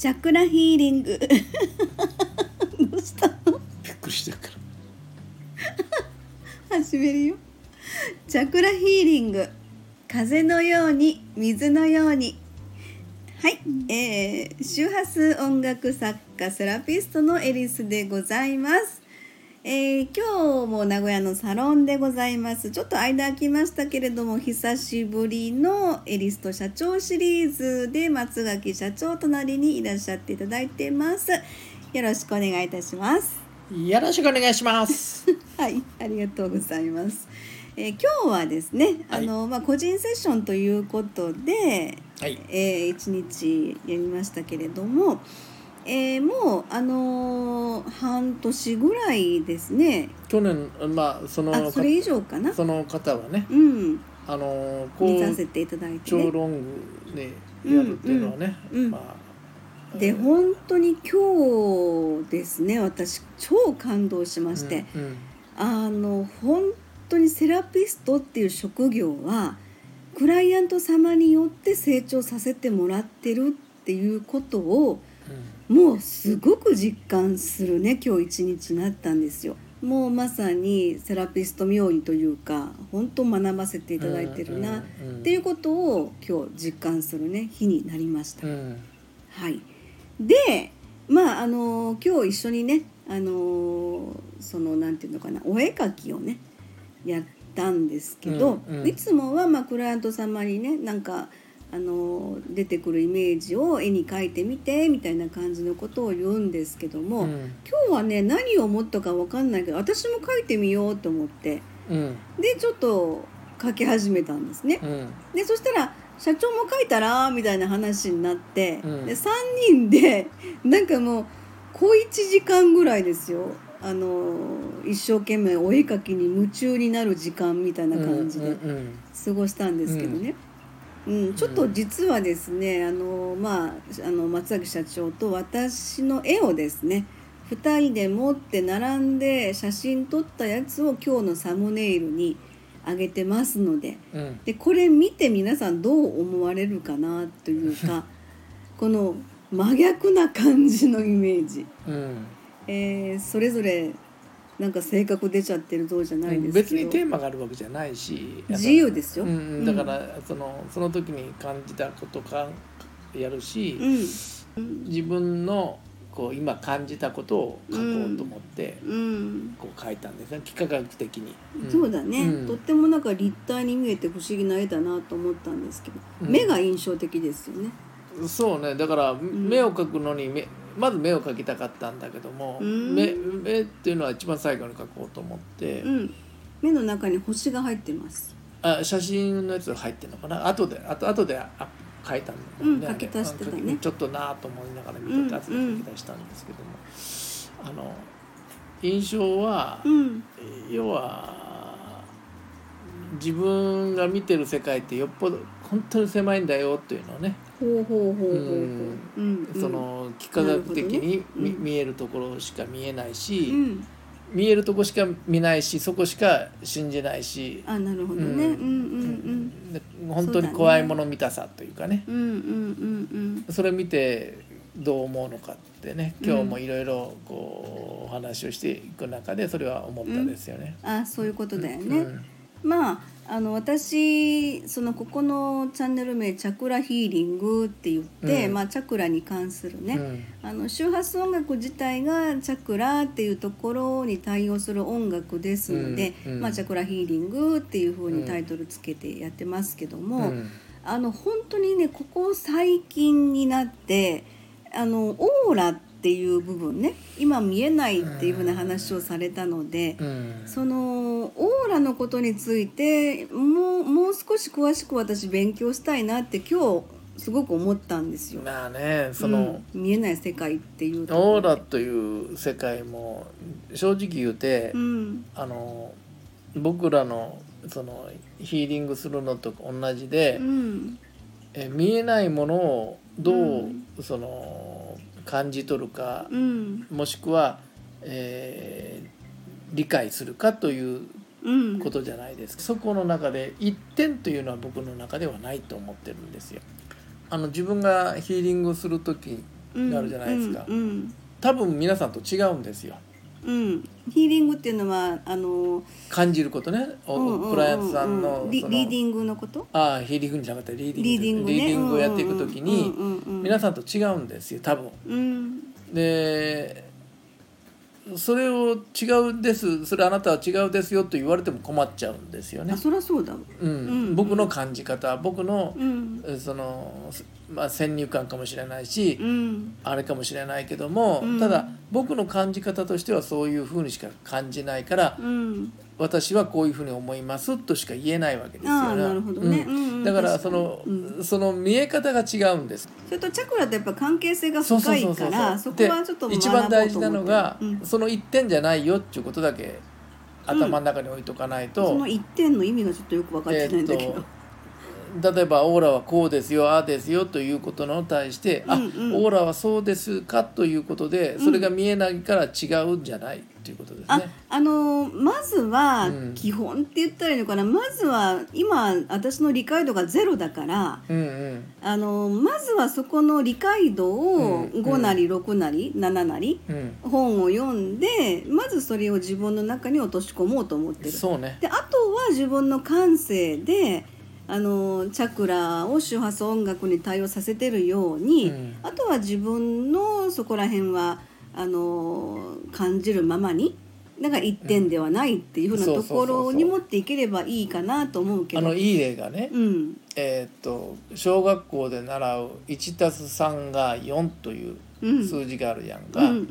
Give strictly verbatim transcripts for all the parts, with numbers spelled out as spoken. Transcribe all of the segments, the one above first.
チャクラヒーリングどうしたの？ びっくりしてるから始めるよ。チャクラヒーリング、風のように水のように。はい、えー、周波数音楽作家セラピストのエリスでございます。えー、今日も名古屋のサロンでございます。ちょっと間空きましたけれども、久しぶりのエリスと社長シリーズで松垣社長隣にいらっしゃっていただいてます。よろしくお願いいたします。 よろしくお願いしますはい、ありがとうございます。えー、今日はですね、あの、はい、まあ、個人セッションということで、はい、えー、いちにちやりましたけれども、えー、もう、あのー、半年ぐらいですね。 去年、まあ、そのあそれ以上かな。 その方はね、 うん、 あのこう見させていただいて、ね、 超ロングでやるっていうのはね、 うんうん、 まあ、で本当に今日ですね、私超感動しまして、うんうん、あの本当にセラピストっていう職業はクライアント様によって成長させてもらってるっていうことを、うん、もうすごく実感するね、今日一日になったんですよ。もうまさにセラピスト冥利というか、本当学ばせていただいてるなっていうことを今日実感するね日になりました。うん、はい。で、まああの今日一緒にね、あのそのなんていうのかな、お絵描きをねやったんですけど、うんうん、いつもはまあクライアント様にね、なんかあの出てくるイメージを絵に描いてみてみたいな感じのことを言うんですけども、うん、今日はね何を思ったか分かんないけど、私も描いてみようと思って、うん、でちょっと描き始めたんですね。うん、でそしたら社長も描いたらみたいな話になって、うん、でさんにんでなんかもう小いちじかんぐらいですよ、あの一生懸命お絵描きに夢中になる時間みたいな感じで過ごしたんですけどね、うんうん、ちょっと実はですね、あの、まあ、あの松崎社長と私の絵をですねふたりで持って並んで写真撮ったやつを今日のサムネイルに上げてますので、うん、でこれ見て皆さんどう思われるかなというかこの真逆な感じのイメージ、うん、えー、それぞれなんか性格出ちゃってるどうじゃないですけど、 別にテーマがあるわけじゃないし自由ですよ、 うん、だからその、その時に感じたことかやるし、うん、自分のこう今感じたことを書こうと思って、うん、こう書いたんですね、幾何学的に、 うん、そうだね、うん、とってもなんか立体に見えて不思議な絵だなと思ったんですけど、うん、目が印象的ですよね。 そうね、だから目を描くのに目、まず目を描きたかったんだけども、うん、目, 目っていうのは一番最後に描こうと思って、うん、 目の中に星が入ってます。 あ、写真のやつが入ってるのかな、後であと後であ描いたんだけどね、うん、書き足してたね、 ちょっとなと思いながら見てたやつで書き出したんですけども、うんうん、あの印象は、うん、要は自分が見てる世界ってよっぽど本当に狭いんだよっていうのをね、 ほうほうほうほうほう、 うんうん、その幾何学的に、ね、うん、見えるところしか見えないし、うん、見えるとこしか見ないし、そこしか信じないし、 あ、なるほどね、うんうんうん、本当に怖いもの見たさというかね、 うんうんうんうん、 それを見てどう思うのかってね、今日もいろいろこうお話をしていく中でそれは思ったですよね、 うん、あ、そういうことだよね、うん、まああの私そのここのチャンネル名チャクラヒーリングって言って、うん、まあ、チャクラに関するね、うん、あの周波数音楽自体がチャクラっていうところに対応する音楽ですので、うんうん、まあ、チャクラヒーリングっていう風にタイトルつけてやってますけども、うん、あの本当にねここ最近になってあのオーラっていう部分ね、今見えないっていう風な話をされたので、うん、そのオーラのことについてもう、もう少し詳しく私勉強したいなって今日すごく思ったんですよ。 まあね、その、 うん、見えない世界っていうとオーラという世界も正直言うて、うん、あの僕らのそのヒーリングするのと同じで、うん、え見えないものをどう、うん、その感じ取るか、うん、もしくは、えー、理解するかということじゃないですか、うん、そこの中で一点というのは僕の中ではないと思ってるんですよ。あの自分がヒーリングする時があるじゃないですか、 うんうん、 多分皆さんと違うんですよ、 うん、ヒーリングっていうのはあの感じることね、うんうんうんうん、クライアントさんの、 リ, リーディングのこと、 ああヒーリングじゃなくてリーディング、 リーディングね、 リーディングをやっていくときに、 うんうんうん、 皆さんと違うんですよ多分、 うん、 でそれを違うですそれあなたは違うですよと言われても困っちゃうんですよね。 あ、そりゃそうだ、 うんうん、僕の感じ方、僕の、 うん、 その、まあ、先入観かもしれないし、 うん、 あれかもしれないけども、うん、ただ僕の感じ方としてはそういうふうにしか感じないから、うん、私はこういうふうに思いますとしか言えないわけですよね。 あ、なるほどね、うんうん、 だからその、うん、その見え方が違うんです。 それとチャクラとやっぱ関係性が深いからそこはちょっと学ぼうと思って、 一番大事なのが、 うん、 その一点じゃないよっていうことだけ頭の中に置いとかないと、 うん、その一点の意味がちょっとよく分かってないんだけど、えー例えばオーラはこうですよああですよということに対して、うんうん、あオーラはそうですかということでそれが見えないから違うんじゃないということですね。 あ、あのー、まずは基本って言ったらいいのかな、うん、まずは今私の理解度がゼロだから、うんうん、あのー、まずはそこの理解度をごなりろくなりなななり、うん、本を読んでまずそれを自分の中に落とし込もうと思ってる。 そうね。 であとは自分の感性であのチャクラを周波数音楽に対応させてるように、うん、あとは自分のそこら辺はあの感じるままにだから一点ではないっていうふうなところに持っていければいいかなと思うけど、 あのいい例がね、 うん、 えー、っと小学校で習う いちたすさん がよんという数字があるやんか、うんうんうん、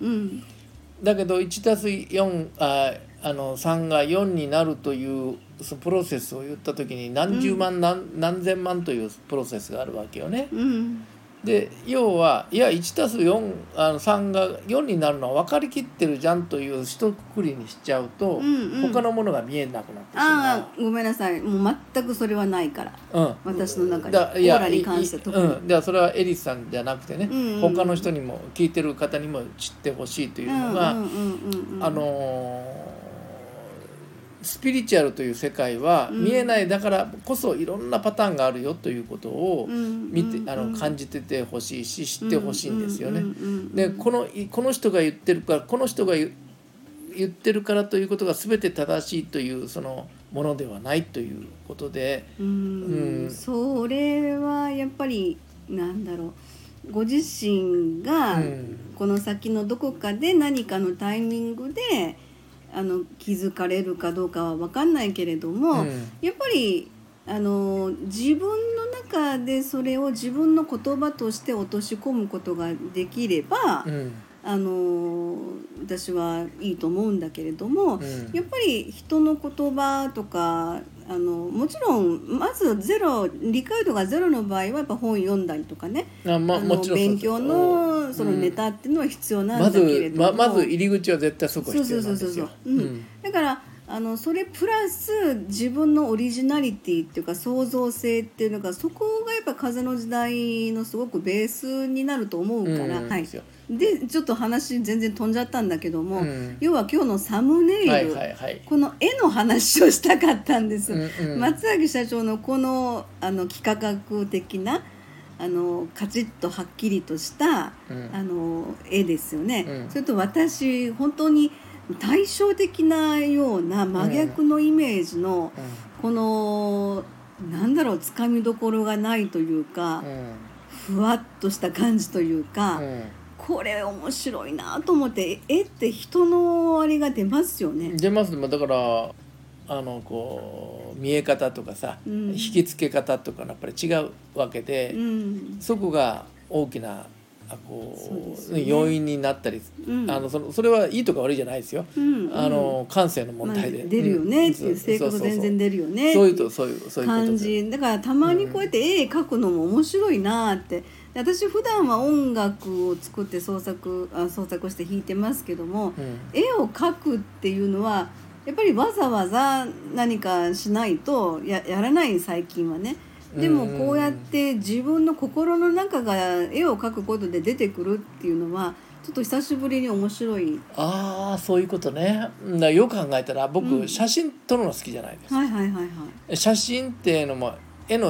だけど いちたすよん ああのさんがよんになるというそのプロセスを言った時に何十万、うん、何, 何千万というプロセスがあるわけよね、うん、で要はいや いちたすよん あのさんがよんになるのは分かりきってるじゃんという一括りにしちゃうと、うんうん、他のものが見えなくなってしまう。 あごめんなさいもう全くそれはないから、うん、私の中でだいやオーラに関して特に、 うん、だそれはエリスさんじゃなくてね、うんうん、他の人にも聞いてる方にも知ってほしいというのがあのースピリチュアルという世界は見えないだからこそいろんなパターンがあるよということを見てあの感じててほしいし知ってほしいんですよね。でこのこの人が言ってるからこの人が言ってるからということが全て正しいというそのものではないということで、 うん、うん、それはやっぱりなんだろうご自身がこの先のどこかで何かのタイミングであの気づかれるかどうかは分かんないけれども、うん、やっぱりあの自分の中でそれを自分の言葉として落とし込むことができれば、うん、あの私はいいと思うんだけれども、うん、やっぱり人の言葉とかあのもちろんまずゼロ理解度がゼロの場合はやっぱ本読んだりとかねあ、ま、あの勉強のそのネタっていうのは必要なんだけれども、 まず、ま、まず入り口は絶対そこ必要なんですよ。 だからあのそれプラス自分のオリジナリティっていうか創造性っていうのがそこがやっぱ風の時代のすごくベースになると思うから、うんはい、でちょっと話全然飛んじゃったんだけども、うん、要は今日のサムネイル、はいはいはい、この絵の話をしたかったんです、うんうん、松崎社長のこの、あの幾何学的なあのカチッとはっきりとした、うん、あの絵ですよね、うん、それと私本当に対照的なような真逆のイメージの、うん、このなんだろうつかみどころがないというか、うん、ふわっとした感じというか、うん、これ面白いなと思って絵って人のあれが出ますよね。 出ますね。だからあのこう見え方とかさ、うん、引き付け方とかやっぱり違うわけで、うん、そこが大きなこう、ね、要因になったり、うん、あの そ, それはいいとか悪いじゃないですよ、うんうん、あの感性の問題で、 まあ、出るよねっていう性格全然出るよねそういうとそういうそういう感じだからたまにこうやって絵描くのも面白いなって、うん、私普段は音楽を作って創作あ創作して弾いてますけども、うん、絵を描くっていうのはやっぱりわざわざ何かしないと や, やらない最近はね。でもこうやって自分の心の中が絵を描くことで出てくるっていうのはちょっと久しぶりに面白い。 ああそういうことね。だよく考えたら僕、うん、写真撮るの好きじゃないですか、 はいはいはいはい、 写真っていうのも絵の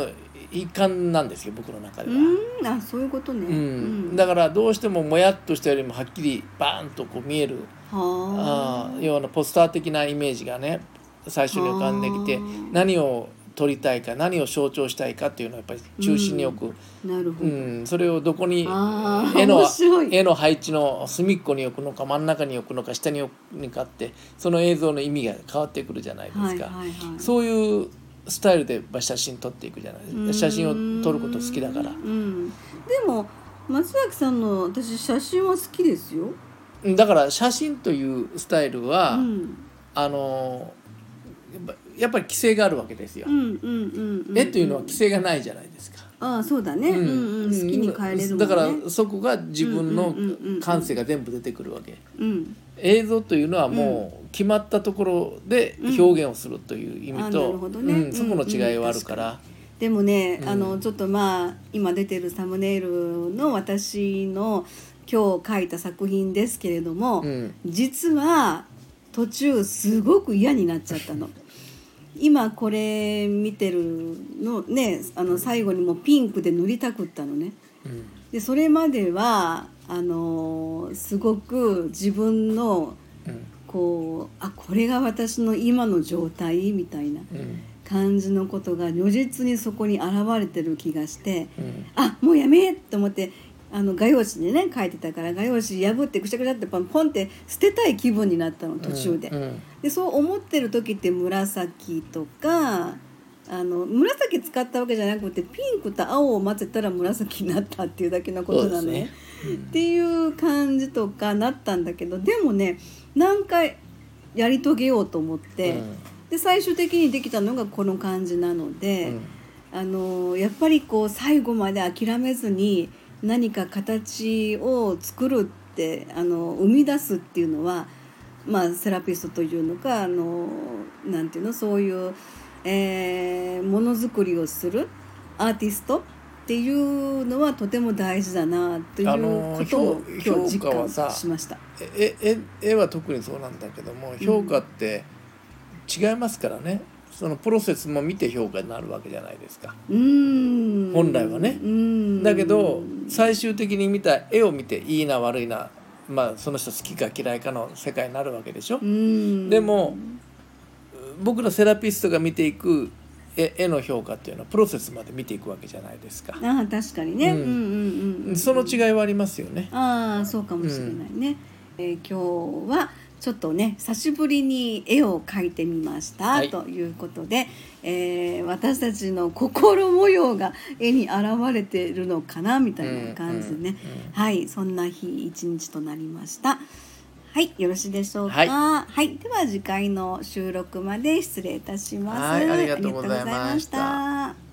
一環なんですよ僕の中では。 うんあそういうことね、 うん、だからどうしてももやっとしたよりもはっきりバーンとこう見えるあようなポスター的なイメージがね最初に浮かんできて、何を撮りたいか何を象徴したいかっていうのをやっぱり中心に置く、 うん、なるほど、うん、 それをどこに絵の絵の配置の隅っこに置くのか真ん中に置くのか下に置くのかってその映像の意味が変わってくるじゃないですか、はいはいはい、そういうスタイルで写真撮っていくじゃないですか。写真を撮ること好きだから、うん、 でも松崎さんの私写真は好きですよ。 だから写真というスタイルは、うん、あのやっぱり規制があるわけですよ。絵というのは規制がないじゃないですか。 ああそうだね、うんうんうん、好きに変えれるもんね。 だからそこが自分の感性が全部出てくるわけ、うん、映像というのはもう決まったところで表現をするという意味と、うんねうん、そこの違いはあるから、うんうん、 でもね、うん、あのちょっとまあ今出てるサムネイルの私の今日描いた作品ですけれども、うん、実は途中すごく嫌になっちゃったの。今これ見てるのね、あの最後にもピンクで塗りたくったのね、うん、でそれまではあのすごく自分のこう、あこれが私の今の状態みたいな感じのことが如実にそこに現れてる気がして、うん、あもうやめと思ってあの画用紙でね書いてたから画用紙破ってくしゃくしゃってポンポンって捨てたい気分になったの途中で、うんうん、でそう思ってる時って紫とかあの紫使ったわけじゃなくてピンクと青を混ぜたら紫になったっていうだけのことなのね、うん、っていう感じとかなったんだけど、でもね何回やり遂げようと思って、うん、で最終的にできたのがこの感じなので、うん、あのやっぱりこう最後まで諦めずに何か形を作るってあの生み出すっていうのは、まあ、セラピストというのかあのなんていうのそういう、えー、ものづくりをするアーティストっていうのはとても大事だなということを今日実感しました。 ええ絵は特にそうなんだけども評価って違いますからね、うん、そのプロセスも見て評価になるわけじゃないですか。うーん本来はね。うーんだけど最終的に見た絵を見ていいな悪いな、まあ、その人好きか嫌いかの世界になるわけでしょ。うーんでも僕らセラピストが見ていく絵, 絵の評価っていうのはプロセスまで見ていくわけじゃないですか。 ああ確かにね、うんうんうんうん、 その違いはありますよね。 ああそうかもしれないね、うんえー、今日はちょっとね久しぶりに絵を描いてみました、はい、ということで、えー、私たちの心模様が絵に現れているのかなみたいな感じでね、うんうんうん、はいそんな日一日となりました。はい、よろしいでしょうか。はい、はい、では次回の収録まで失礼いたします。 はい、ありがとうございました。